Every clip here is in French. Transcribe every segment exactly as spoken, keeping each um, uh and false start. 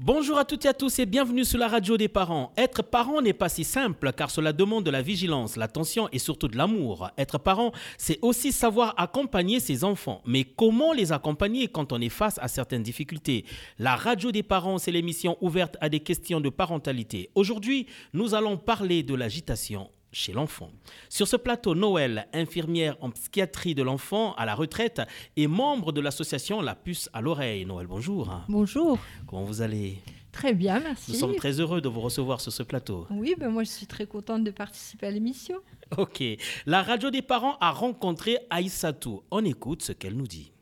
Bonjour à toutes et à tous et bienvenue sur la radio des parents. Être parent n'est pas si simple car cela demande de la vigilance, l'attention et surtout de l'amour. Être parent, c'est aussi savoir accompagner ses enfants. Mais comment les accompagner quand on est face à certaines difficultés? La radio des parents, c'est l'émission ouverte à des questions de parentalité. Aujourd'hui, nous allons parler de l'agitation chez l'enfant. Sur ce plateau, Noël, infirmière en psychiatrie de l'enfant à la retraite et membre de l'association La Puce à l'oreille. Noël, bonjour. Bonjour. Comment vous allez? Très bien, merci. Nous sommes très heureux de vous recevoir sur ce plateau. Oui, ben moi je suis très contente de participer à l'émission. Ok. La radio des parents a rencontré Aïssatou. On écoute ce qu'elle nous dit.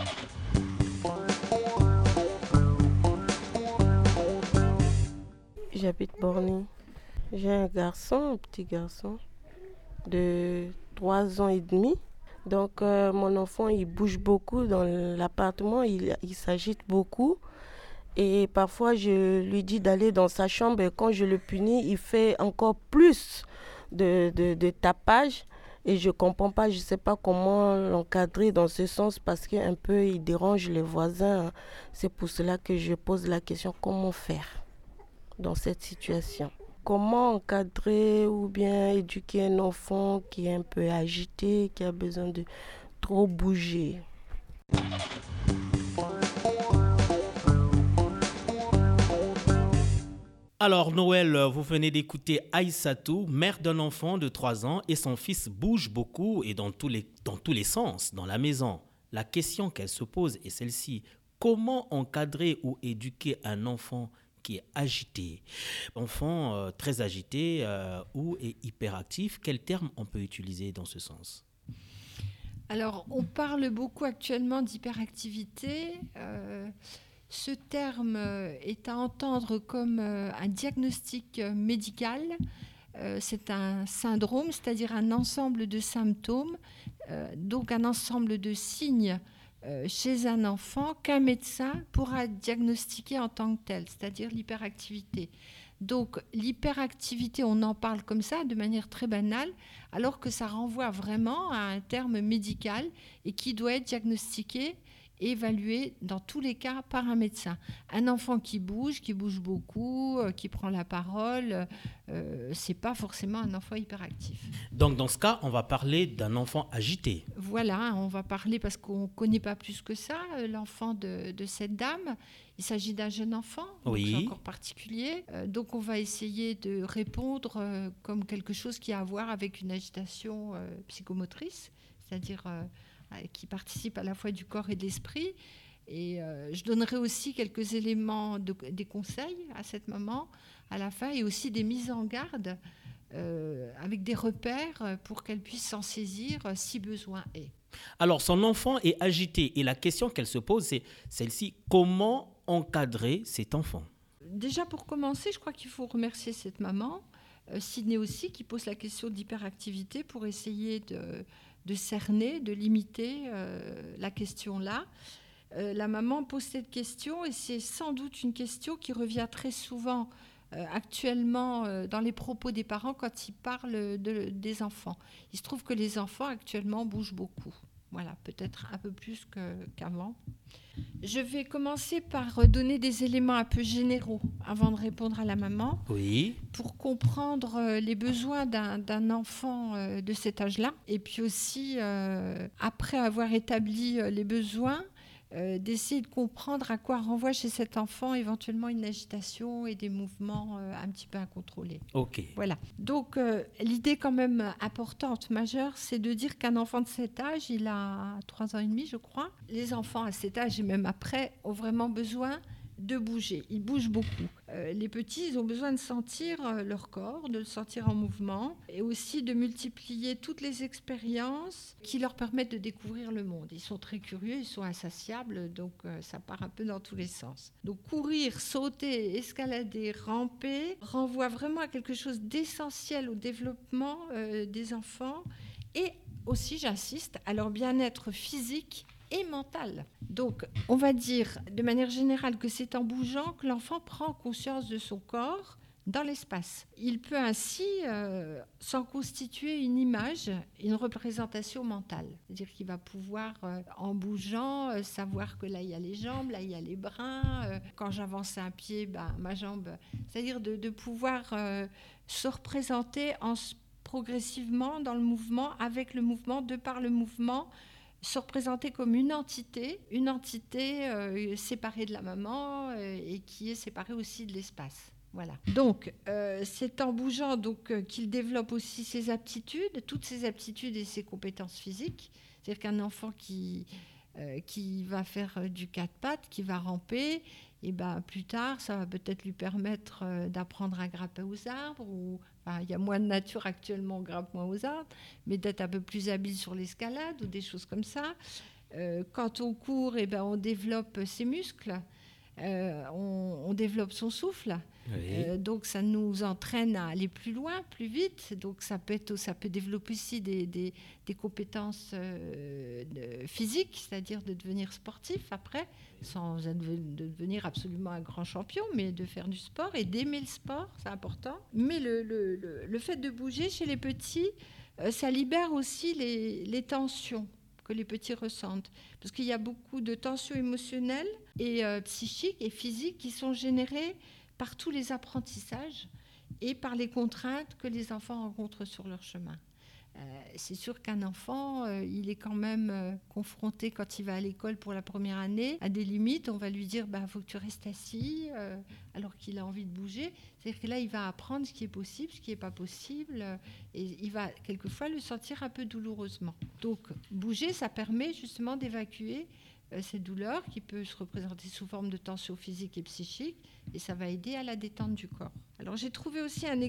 J'habite Borny. J'ai un garçon, un petit garçon de trois ans et demi. Donc euh, mon enfant, il bouge beaucoup dans l'appartement, il, il s'agite beaucoup. Et parfois, je lui dis d'aller dans sa chambre et quand je le punis, il fait encore plus de, de, de tapage. Et je ne comprends pas, je ne sais pas comment l'encadrer dans ce sens parce qu'un peu, il dérange les voisins. C'est pour cela que je pose la question, comment faire dans cette situation? Comment encadrer ou bien éduquer un enfant qui est un peu agité, qui a besoin de trop bouger? Alors Noël, vous venez d'écouter Aïssatou, mère d'un enfant de trois ans et son fils bouge beaucoup et dans tous les, dans tous les sens dans la maison. La question qu'elle se pose est celle-ci. Comment encadrer ou éduquer un enfant qui est agité, enfant euh, très agité euh, ou est hyperactif? Quel terme on peut utiliser dans ce sens? Alors, on parle beaucoup actuellement d'hyperactivité. Euh, ce terme est à entendre comme euh, un diagnostic médical. Euh, c'est un syndrome, c'est-à-dire un ensemble de symptômes, euh, donc un ensemble de signes Euh, chez un enfant qu'un médecin pourra diagnostiquer en tant que tel, c'est-à-dire l'hyperactivité. Donc l'hyperactivité, on en parle comme ça, de manière très banale, alors que ça renvoie vraiment à un terme médical et qui doit être diagnostiqué et évalué dans tous les cas par un médecin. Un enfant qui bouge, qui bouge beaucoup, euh, qui prend la parole, euh, c'est pas forcément un enfant hyperactif. Donc dans ce cas, on va parler d'un enfant agité. Voilà, on va parler parce qu'on ne connaît pas plus que ça euh, l'enfant de, de cette dame. Il s'agit d'un jeune enfant, donc Oui. c'est encore particulier. Euh, donc on va essayer de répondre euh, comme quelque chose qui a à voir avec une agitation euh, psychomotrice, c'est-à-dire euh, qui participe à la fois du corps et de l'esprit. Et euh, je donnerai aussi quelques éléments, de, des conseils à cette maman à la fin et aussi des mises en garde euh, avec des repères pour qu'elle puisse s'en saisir si besoin est. Alors son enfant est agité et la question qu'elle se pose, c'est celle-ci. Comment encadrer cet enfant? Déjà pour commencer, je crois qu'il faut remercier cette maman, euh, Sydney aussi, qui pose la question d'hyperactivité pour essayer de... de cerner, de limiter euh, la question là. Euh, la maman pose cette question et c'est sans doute une question qui revient très souvent euh, actuellement euh, dans les propos des parents quand ils parlent de, des enfants. Il se trouve que les enfants actuellement bougent beaucoup. Voilà, peut-être un peu plus que, qu'avant. Je vais commencer par donner des éléments un peu généraux avant de répondre à la maman. Oui. Pour comprendre les besoins d'un, d'un enfant de cet âge-là. Et puis aussi, euh, après avoir établi les besoins, euh, d'essayer de comprendre à quoi renvoie chez cet enfant éventuellement une agitation et des mouvements euh, un petit peu incontrôlés. Ok. Voilà. Donc, euh, l'idée quand même importante, majeure, c'est de dire qu'un enfant de cet âge, il a trois ans et demi, je crois. Les enfants à cet âge et même après ont vraiment besoin de bouger. Ils bougent beaucoup. Euh, les petits, ils ont besoin de sentir euh, leur corps, de le sentir en mouvement et aussi de multiplier toutes les expériences qui leur permettent de découvrir le monde. Ils sont très curieux, ils sont insatiables, donc euh, ça part un peu dans tous les sens. Donc courir, sauter, escalader, ramper renvoie vraiment à quelque chose d'essentiel au développement euh, des enfants et aussi, j'insiste, à leur bien-être physique et mentale. Donc, on va dire de manière générale que c'est en bougeant que l'enfant prend conscience de son corps, dans l'espace. Il peut ainsi euh, s'en constituer une image, une représentation mentale. C'est-à-dire qu'il va pouvoir, euh, en bougeant, euh, savoir que là, il y a les jambes, là, il y a les bras. Euh, quand j'avance un pied, ben, ma jambe... C'est-à-dire de, de pouvoir euh, se représenter en, progressivement dans le mouvement, avec le mouvement, de par le mouvement, se représenter comme une entité, une entité euh, séparée de la maman euh, et qui est séparée aussi de l'espace. Voilà. Donc, euh, c'est en bougeant donc, euh, qu'il développe aussi ses aptitudes, toutes ses aptitudes et ses compétences physiques. C'est-à-dire qu'un enfant qui, euh, qui va faire du quatre pattes, qui va ramper, et ben, plus tard, ça va peut-être lui permettre euh, d'apprendre à grimper aux arbres. Ou, enfin, il y a moins de nature actuellement, on grimpe moins aux arbres, mais d'être un peu plus habile sur l'escalade ou des choses comme ça. Euh, quand on court, et ben, on développe ses muscles, euh, on, on développe son souffle. Oui. Euh, donc ça nous entraîne à aller plus loin, plus vite. Donc ça peut, être, ça peut développer aussi des, des, des compétences euh, de, physiques, c'est-à-dire de devenir sportif après, sans de devenir absolument un grand champion, mais de faire du sport et d'aimer le sport, c'est important. Mais le, le, le, le fait de bouger chez les petits, euh, ça libère aussi les, les tensions que les petits ressentent. Parce qu'il y a beaucoup de tensions émotionnelles et euh, psychiques et physiques qui sont générées par tous les apprentissages et par les contraintes que les enfants rencontrent sur leur chemin. Euh, c'est sûr qu'un enfant, euh, il est quand même euh, confronté, quand il va à l'école pour la première année, à des limites. On va lui dire, bah, faut que tu restes assis, euh, alors qu'il a envie de bouger. C'est-à-dire que là, il va apprendre ce qui est possible, ce qui n'est pas possible, euh, et il va quelquefois le sentir un peu douloureusement. Donc, bouger, ça permet justement d'évacuer euh, cette douleur qui peut se représenter sous forme de tension physique et psychique, et ça va aider à la détente du corps. Alors, j'ai trouvé aussi un,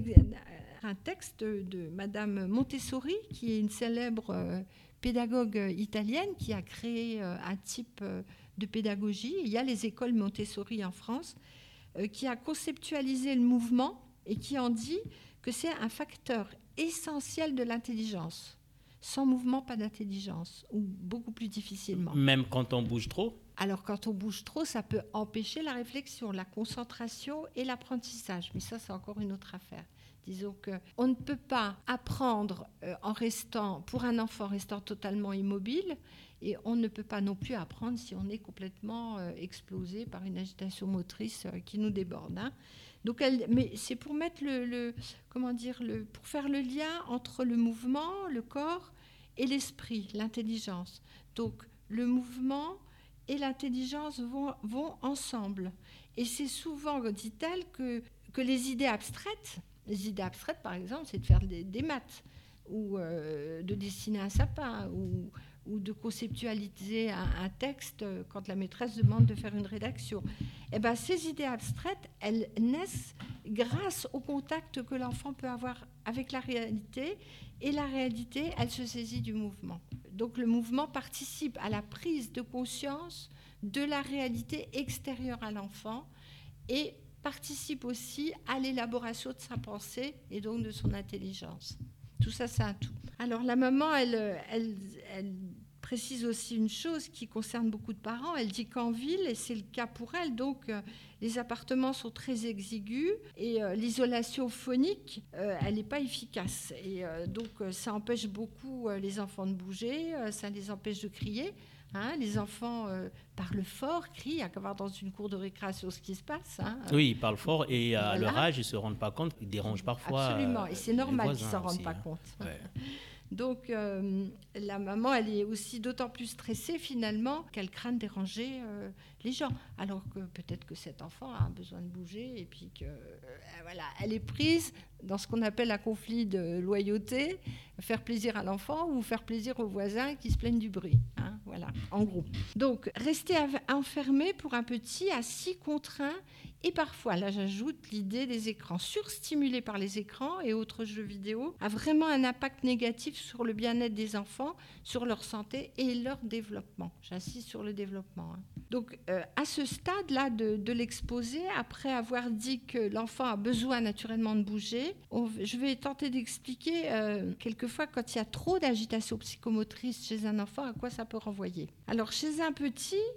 un texte de, de Madame Montessori, qui est une célèbre euh, pédagogue italienne qui a créé euh, un type euh, de pédagogie. Il y a les écoles Montessori en France, euh, qui a conceptualisé le mouvement et qui en dit que c'est un facteur essentiel de l'intelligence. Sans mouvement, pas d'intelligence, ou beaucoup plus difficilement. Même quand on bouge trop ? Alors, quand on bouge trop, ça peut empêcher la réflexion, la concentration et l'apprentissage. Mais ça, c'est encore une autre affaire. Disons qu'on ne peut pas apprendre euh, en restant, pour un enfant restant totalement immobile, et on ne peut pas non plus apprendre si on est complètement euh, explosé par une agitation motrice euh, qui nous déborde. Hein. Donc, elle, mais c'est pour mettre le, le, comment dire, le, pour faire le lien entre le mouvement, le corps et l'esprit, l'intelligence. Donc, le mouvement et l'intelligence vont, vont ensemble. Et c'est souvent, dit-elle, que, que les idées abstraites, les idées abstraites, par exemple, c'est de faire des, des maths, ou euh, de dessiner un sapin, ou, ou de conceptualiser un, un texte quand la maîtresse demande de faire une rédaction. Eh ben, ces idées abstraites, elles naissent grâce au contact que l'enfant peut avoir avec la réalité, et la réalité, elle se saisit du mouvement. Donc le mouvement participe à la prise de conscience de la réalité extérieure à l'enfant et participe aussi à l'élaboration de sa pensée et donc de son intelligence. Tout ça, c'est un tout. Alors la maman, elle, elle, elle précise aussi une chose qui concerne beaucoup de parents. Elle dit qu'en ville, et c'est le cas pour elle, donc euh, les appartements sont très exigus et euh, l'isolation phonique, euh, elle n'est pas efficace. Et euh, donc euh, ça empêche beaucoup euh, les enfants de bouger, euh, ça les empêche de crier. Hein, les enfants euh, parlent fort, crient, à voir dans une cour de récréation ce qui se passe. Hein. Oui, ils parlent fort et à voilà. leur âge, ils ne se rendent pas compte, ils dérangent parfois. Absolument, et c'est normal qu'ils ne s'en rendent aussi, pas hein. compte. Ouais. Donc, euh, la maman, elle est aussi d'autant plus stressée, finalement, qu'elle craint de déranger euh, les gens. Alors que peut-être que cet enfant a besoin de bouger et puis que, euh, voilà, elle est prise dans ce qu'on appelle un conflit de loyauté, faire plaisir à l'enfant ou faire plaisir aux voisins qui se plaignent du bruit. Hein, voilà, en gros. Donc, rester enfermé pour un petit, assis, contraint, et parfois, là j'ajoute l'idée des écrans surstimulés par les écrans et autres jeux vidéo, a vraiment un impact négatif sur le bien-être des enfants, sur leur santé et leur développement. J'insiste sur le développement. Hein. Donc, euh, à ce stade-là de, de l'exposé, après avoir dit que l'enfant a besoin naturellement de bouger, on, je vais tenter d'expliquer euh, quelquefois quand il y a trop d'agitation psychomotrice chez un enfant, à quoi ça peut renvoyer. Alors, chez un petit,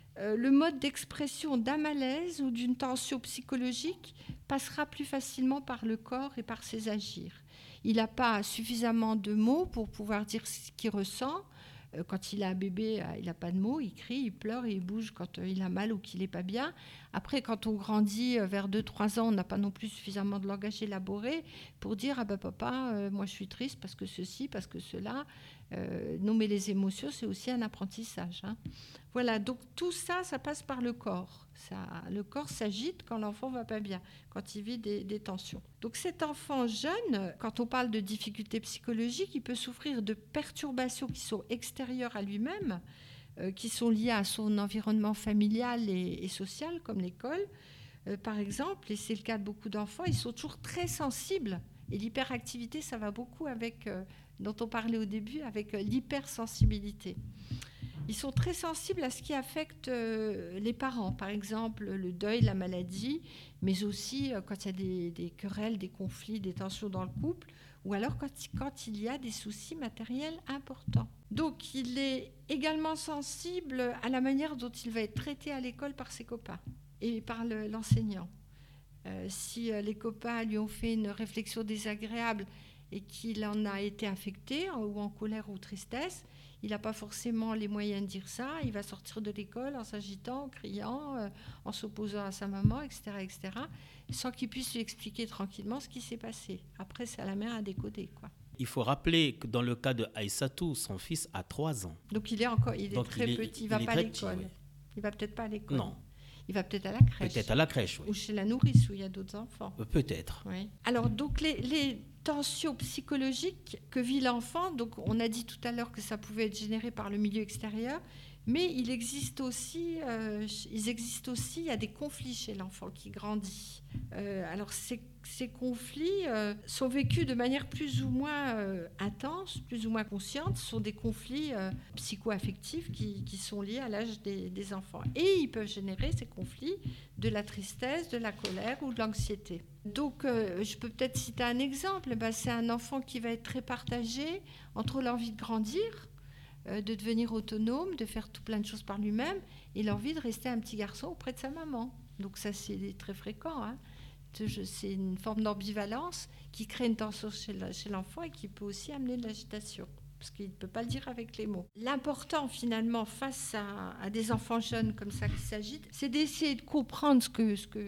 euh, le mode d'expression d'un malaise ou d'une tension psychologique passera plus facilement par le corps et par ses agirs. Il n'a pas suffisamment de mots pour pouvoir dire ce qu'il ressent. Euh, quand il a un bébé, euh, il n'a pas de mots, il crie, il pleure et il bouge quand euh, il a mal ou qu'il n'est pas bien. Après, quand on grandit euh, vers deux trois ans, on n'a pas non plus suffisamment de langage élaboré pour dire « Ah ben papa, euh, moi je suis triste parce que ceci, parce que cela ». Euh, nommer les émotions, c'est aussi un apprentissage. Hein. Voilà, donc tout ça, ça passe par le corps. Ça, le corps s'agite quand l'enfant ne va pas bien, quand il vit des, des tensions. Donc cet enfant jeune, quand on parle de difficultés psychologiques, il peut souffrir de perturbations qui sont extérieures à lui-même, euh, qui sont liées à son environnement familial et, et social, comme l'école. Euh, par exemple, et c'est le cas de beaucoup d'enfants, ils sont toujours très sensibles. Et l'hyperactivité, ça va beaucoup avec... Euh, dont on parlait au début, avec l'hypersensibilité. Ils sont très sensibles à ce qui affecte euh, les parents, par exemple le deuil, la maladie, mais aussi euh, quand il y a des, des querelles, des conflits, des tensions dans le couple, ou alors quand, quand il y a des soucis matériels importants. Donc il est également sensible à la manière dont il va être traité à l'école par ses copains et par le, l'enseignant. Euh, si euh, les copains lui ont fait une réflexion désagréable et qu'il en a été affecté, ou en colère ou tristesse, il n'a pas forcément les moyens de dire ça. Il va sortir de l'école en s'agitant, en criant, euh, en s'opposant à sa maman, et cetera, et cetera, sans qu'il puisse lui expliquer tranquillement ce qui s'est passé. Après, c'est à la mère à décoder, quoi. Il faut rappeler que dans le cas de Aïssatou, son fils a trois ans. Donc il est encore, il est Donc, très il est, petit. Il ne va il pas à l'école. Petit, oui. Il va peut-être pas à l'école. Non. Il va peut-être à la crèche. Peut-être à la crèche, oui. Ou chez la nourrice où il y a d'autres enfants. Peut-être. Oui. Alors donc les, les tensions psychologiques que vit l'enfant, donc on a dit tout à l'heure que ça pouvait être généré par le milieu extérieur, mais il existe aussi, euh, ils existent aussi, il y a des conflits chez l'enfant qui grandit. Euh, alors ces, ces conflits euh, sont vécus de manière plus ou moins euh, intense, plus ou moins consciente. Ce sont des conflits euh, psycho-affectifs qui, qui sont liés à l'âge des, des enfants. Et ils peuvent générer, ces conflits, de la tristesse, de la colère ou de l'anxiété. Donc euh, je peux peut-être citer un exemple. Ben, c'est un enfant qui va être très partagé entre l'envie de grandir, de devenir autonome, de faire tout plein de choses par lui-même, et l'envie de rester un petit garçon auprès de sa maman. Donc ça, c'est très fréquent. Hein. C'est une forme d'ambivalence qui crée une tension chez l'enfant et qui peut aussi amener de l'agitation, parce qu'il ne peut pas le dire avec les mots. L'important, finalement, face à, à des enfants jeunes comme ça qui s'agitent, c'est d'essayer de comprendre ce que, ce que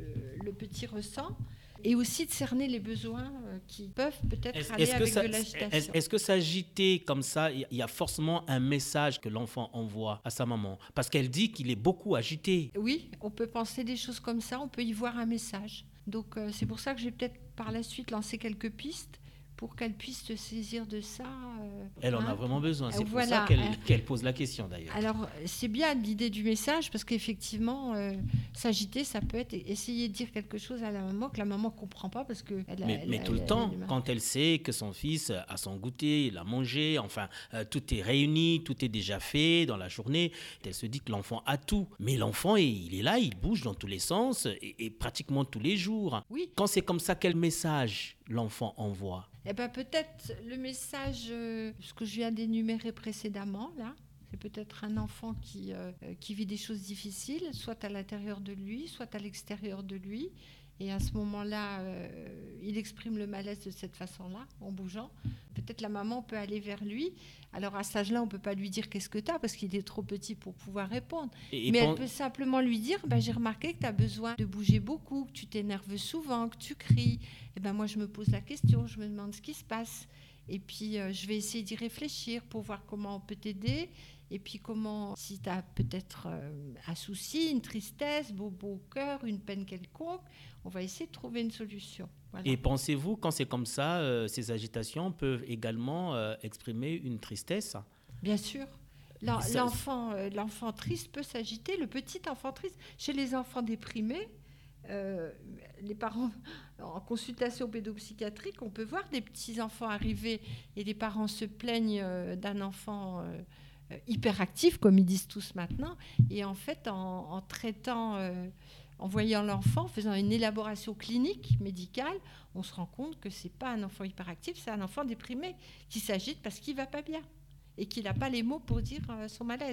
le petit ressent, et aussi de cerner les besoins qui peuvent peut-être est-ce, aller est-ce avec ça, de l'agitation. Est-ce, est-ce que s'agiter comme ça, il y a forcément un message que l'enfant envoie à sa maman? Parce qu'elle dit qu'il est beaucoup agité. Oui, on peut penser des choses comme ça, on peut y voir un message. Donc euh, c'est pour ça que j'ai peut-être par la suite lancé quelques pistes pour qu'elle puisse se saisir de ça. Euh, elle hein. en a vraiment besoin, c'est voilà. pour ça qu'elle, euh, qu'elle pose la question d'ailleurs. Alors, c'est bien l'idée du message, parce qu'effectivement, euh, s'agiter, ça peut être essayer de dire quelque chose à la maman que la maman ne comprend pas, parce que... Elle, mais elle, mais elle, tout elle, le temps, elle, quand elle sait que son fils a son goûter, il a mangé, enfin, euh, tout est réuni, tout est déjà fait dans la journée, elle se dit que l'enfant a tout. Mais l'enfant, il est là, il bouge dans tous les sens, et, et pratiquement tous les jours. Oui. Quand c'est comme ça, quel message l'enfant envoie? Eh bien, peut-être le message, euh, ce que je viens d'énumérer précédemment, là, c'est peut-être un enfant qui, euh, qui vit des choses difficiles, soit à l'intérieur de lui, soit à l'extérieur de lui. Et à ce moment-là, euh, il exprime le malaise de cette façon-là, en bougeant. Peut-être la maman peut aller vers lui. Alors à cet âge-là, on ne peut pas lui dire « qu'est-ce que tu as ?» parce qu'il est trop petit pour pouvoir répondre. Et Mais pen... elle peut simplement lui dire bah, « j'ai remarqué que tu as besoin de bouger beaucoup, que tu t'énerves souvent, que tu cries. Et ben moi, je me pose la question, je me demande ce qui se passe. Et puis, euh, je vais essayer d'y réfléchir pour voir comment on peut t'aider. Et puis, comment, si tu as peut-être euh, un souci, une tristesse, bobo au cœur, une peine quelconque, on va essayer de trouver une solution. » Voilà. Et pensez-vous, quand c'est comme ça, euh, ces agitations peuvent également euh, exprimer une tristesse? Bien sûr. L'en, ça... l'enfant, euh, l'enfant triste peut s'agiter, le petit enfant triste. Chez les enfants déprimés, Euh, les parents en consultation pédopsychiatrique, on peut voir des petits enfants arriver et les parents se plaignent euh, d'un enfant euh, hyperactif, comme ils disent tous maintenant, et en fait en, en traitant, euh, en voyant l'enfant, faisant une élaboration clinique, médicale, on se rend compte que c'est pas un enfant hyperactif, c'est un enfant déprimé qui s'agite parce qu'il va pas bien et qu'il n'a pas les mots pour dire euh, son malaise.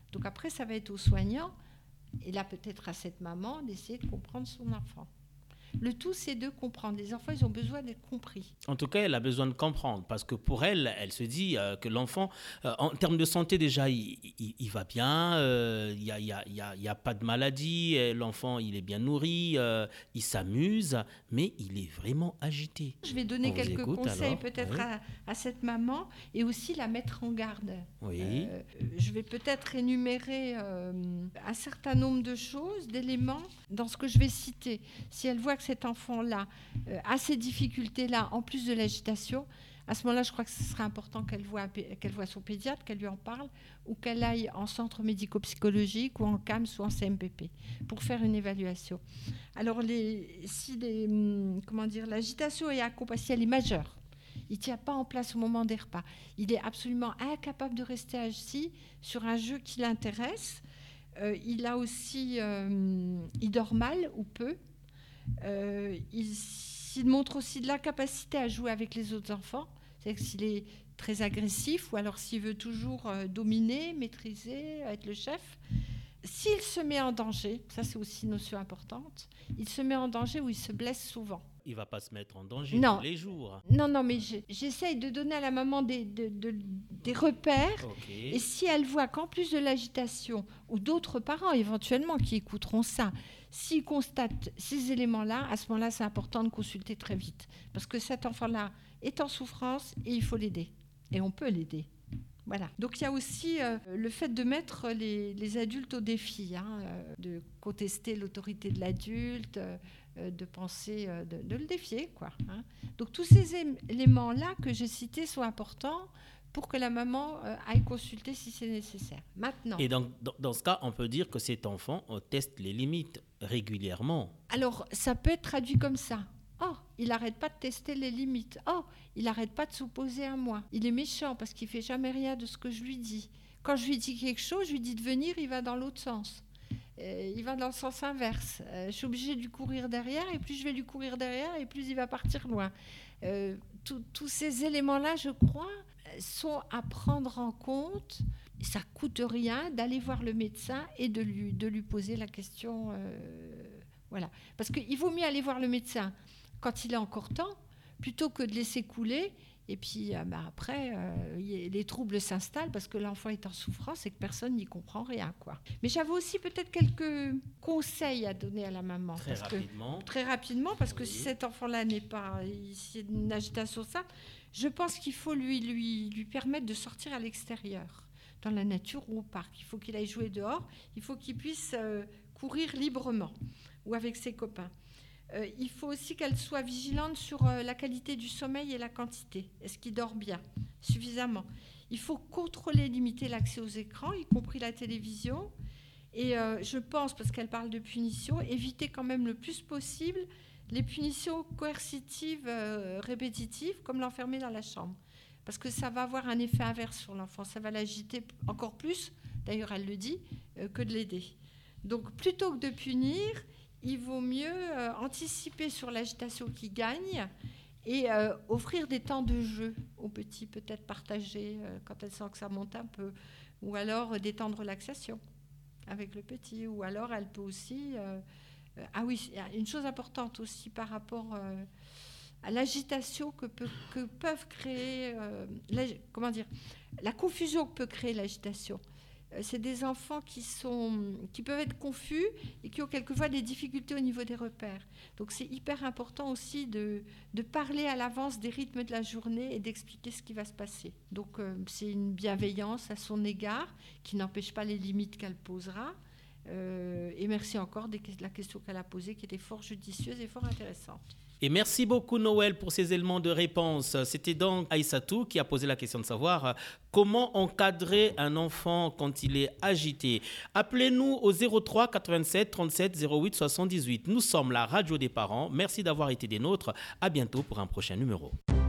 Donc après, ça va être aux soignants, et là peut-être à cette maman, d'essayer de comprendre son enfant. Le tout, c'est de comprendre. Les enfants, ils ont besoin d'être compris. En tout cas, elle a besoin de comprendre parce que pour elle, elle se dit euh, que l'enfant, euh, en termes de santé déjà, il, il, il va bien, il euh, n'y a, y a, y a, y a pas de maladie, l'enfant, il est bien nourri, euh, il s'amuse, mais il est vraiment agité. Je vais donner On quelques écoute, conseils alors. peut-être Oui. à, à cette maman et aussi la mettre en garde. Oui. Euh, je vais peut-être énumérer euh, un certain nombre de choses, d'éléments dans ce que je vais citer. Si elle voit que cet enfant-là euh, a ces difficultés-là, en plus de l'agitation, à ce moment-là, je crois que ce serait important qu'elle voit, qu'elle voit son pédiatre, qu'elle lui en parle, ou qu'elle aille en centre médico-psychologique, ou en C A M S, ou en C M P P, pour faire une évaluation. Alors, les, si les, comment dire, l'agitation est accompagnée, si elle est majeure, il ne tient pas en place au moment des repas, il est absolument incapable de rester assis sur un jeu qui l'intéresse, euh, il a aussi, euh, il dort mal ou peu, Euh, il, il montre aussi de l'incapacité à jouer avec les autres enfants, c'est-à-dire s'il est très agressif ou alors s'il veut toujours euh, dominer, maîtriser, être le chef. S'il se met en danger, ça c'est aussi une notion importante, il se met en danger ou il se blesse souvent. Il ne va pas se mettre en danger non. tous les jours. Non, non, mais je, j'essaye de donner à la maman des, de, de, des repères. Okay. Et si elle voit qu'en plus de l'agitation, ou d'autres parents éventuellement qui écouteront ça, s'ils constatent ces éléments-là, à ce moment-là, c'est important de consulter très vite. Parce que cet enfant-là est en souffrance et il faut l'aider. Et on peut l'aider. Voilà. Donc il y a aussi euh, le fait de mettre les, les adultes au défi, hein, euh, de contester l'autorité de l'adulte, euh, de penser, euh, de, de le défier, quoi. Hein. Donc tous ces éléments-là que j'ai cités sont importants pour que la maman euh, aille consulter si c'est nécessaire. Maintenant. Et donc, dans, dans ce cas, on peut dire que cet enfant on teste les limites régulièrement. Alors, ça peut être traduit comme ça. Oh, il n'arrête pas de tester les limites. Oh, il n'arrête pas de s'opposer à moi. Il est méchant parce qu'il ne fait jamais rien de ce que je lui dis. Quand je lui dis quelque chose, je lui dis de venir, il va dans l'autre sens. Euh, il va dans le sens inverse. Euh, je suis obligée de lui courir derrière, et plus je vais lui courir derrière, et plus il va partir loin. Euh, Tous ces éléments-là, je crois, sont à prendre en compte. Ça ne coûte rien d'aller voir le médecin et de lui, de lui poser la question. Euh, voilà. Parce qu'il vaut mieux aller voir le médecin quand il est encore temps, plutôt que de laisser couler. Et puis euh, bah, après, euh, y a, les troubles s'installent parce que l'enfant est en souffrance et que personne n'y comprend rien, quoi. Mais j'avais aussi peut-être quelques conseils à donner à la maman. Très parce rapidement. Que, très rapidement, parce oui. que si cet enfant-là n'est pas ici une agitation simple, je pense qu'il faut lui, lui, lui permettre de sortir à l'extérieur, dans la nature ou au parc. Il faut qu'il aille jouer dehors, il faut qu'il puisse euh, courir librement ou avec ses copains. Euh, il faut aussi qu'elle soit vigilante sur euh, la qualité du sommeil et la quantité. Est-ce qu'il dort bien, suffisamment? Il faut contrôler, limiter l'accès aux écrans, y compris la télévision. Et euh, je pense, parce qu'elle parle de punition, éviter quand même le plus possible les punitions coercitives euh, répétitives, comme l'enfermer dans la chambre. Parce que ça va avoir un effet inverse sur l'enfant. Ça va l'agiter encore plus, d'ailleurs elle le dit, euh, que de l'aider. Donc plutôt que de punir, il vaut mieux euh, anticiper sur l'agitation qui gagne et euh, offrir des temps de jeu aux petits, peut-être partagés euh, quand elle sent que ça monte un peu, ou alors euh, des temps de relaxation avec le petit, ou alors elle peut aussi... Euh, euh, ah oui, une chose importante aussi par rapport euh, à l'agitation que, peut, que peuvent créer... Euh, la, comment dire, la confusion que peut créer l'agitation. C'est des enfants qui, sont, qui peuvent être confus et qui ont quelquefois des difficultés au niveau des repères. Donc c'est hyper important aussi de, de parler à l'avance des rythmes de la journée et d'expliquer ce qui va se passer. Donc euh, c'est une bienveillance à son égard qui n'empêche pas les limites qu'elle posera. Euh, et merci encore de la question qu'elle a posée qui était fort judicieuse et fort intéressante. Et merci beaucoup Noël pour ces éléments de réponse. C'était donc Aïssatou qui a posé la question de savoir comment encadrer un enfant quand il est agité. Appelez-nous au zéro trois quatre-vingt-sept trente-sept zéro huit soixante-dix-huit. Nous sommes la radio des parents. Merci d'avoir été des nôtres. À bientôt pour un prochain numéro.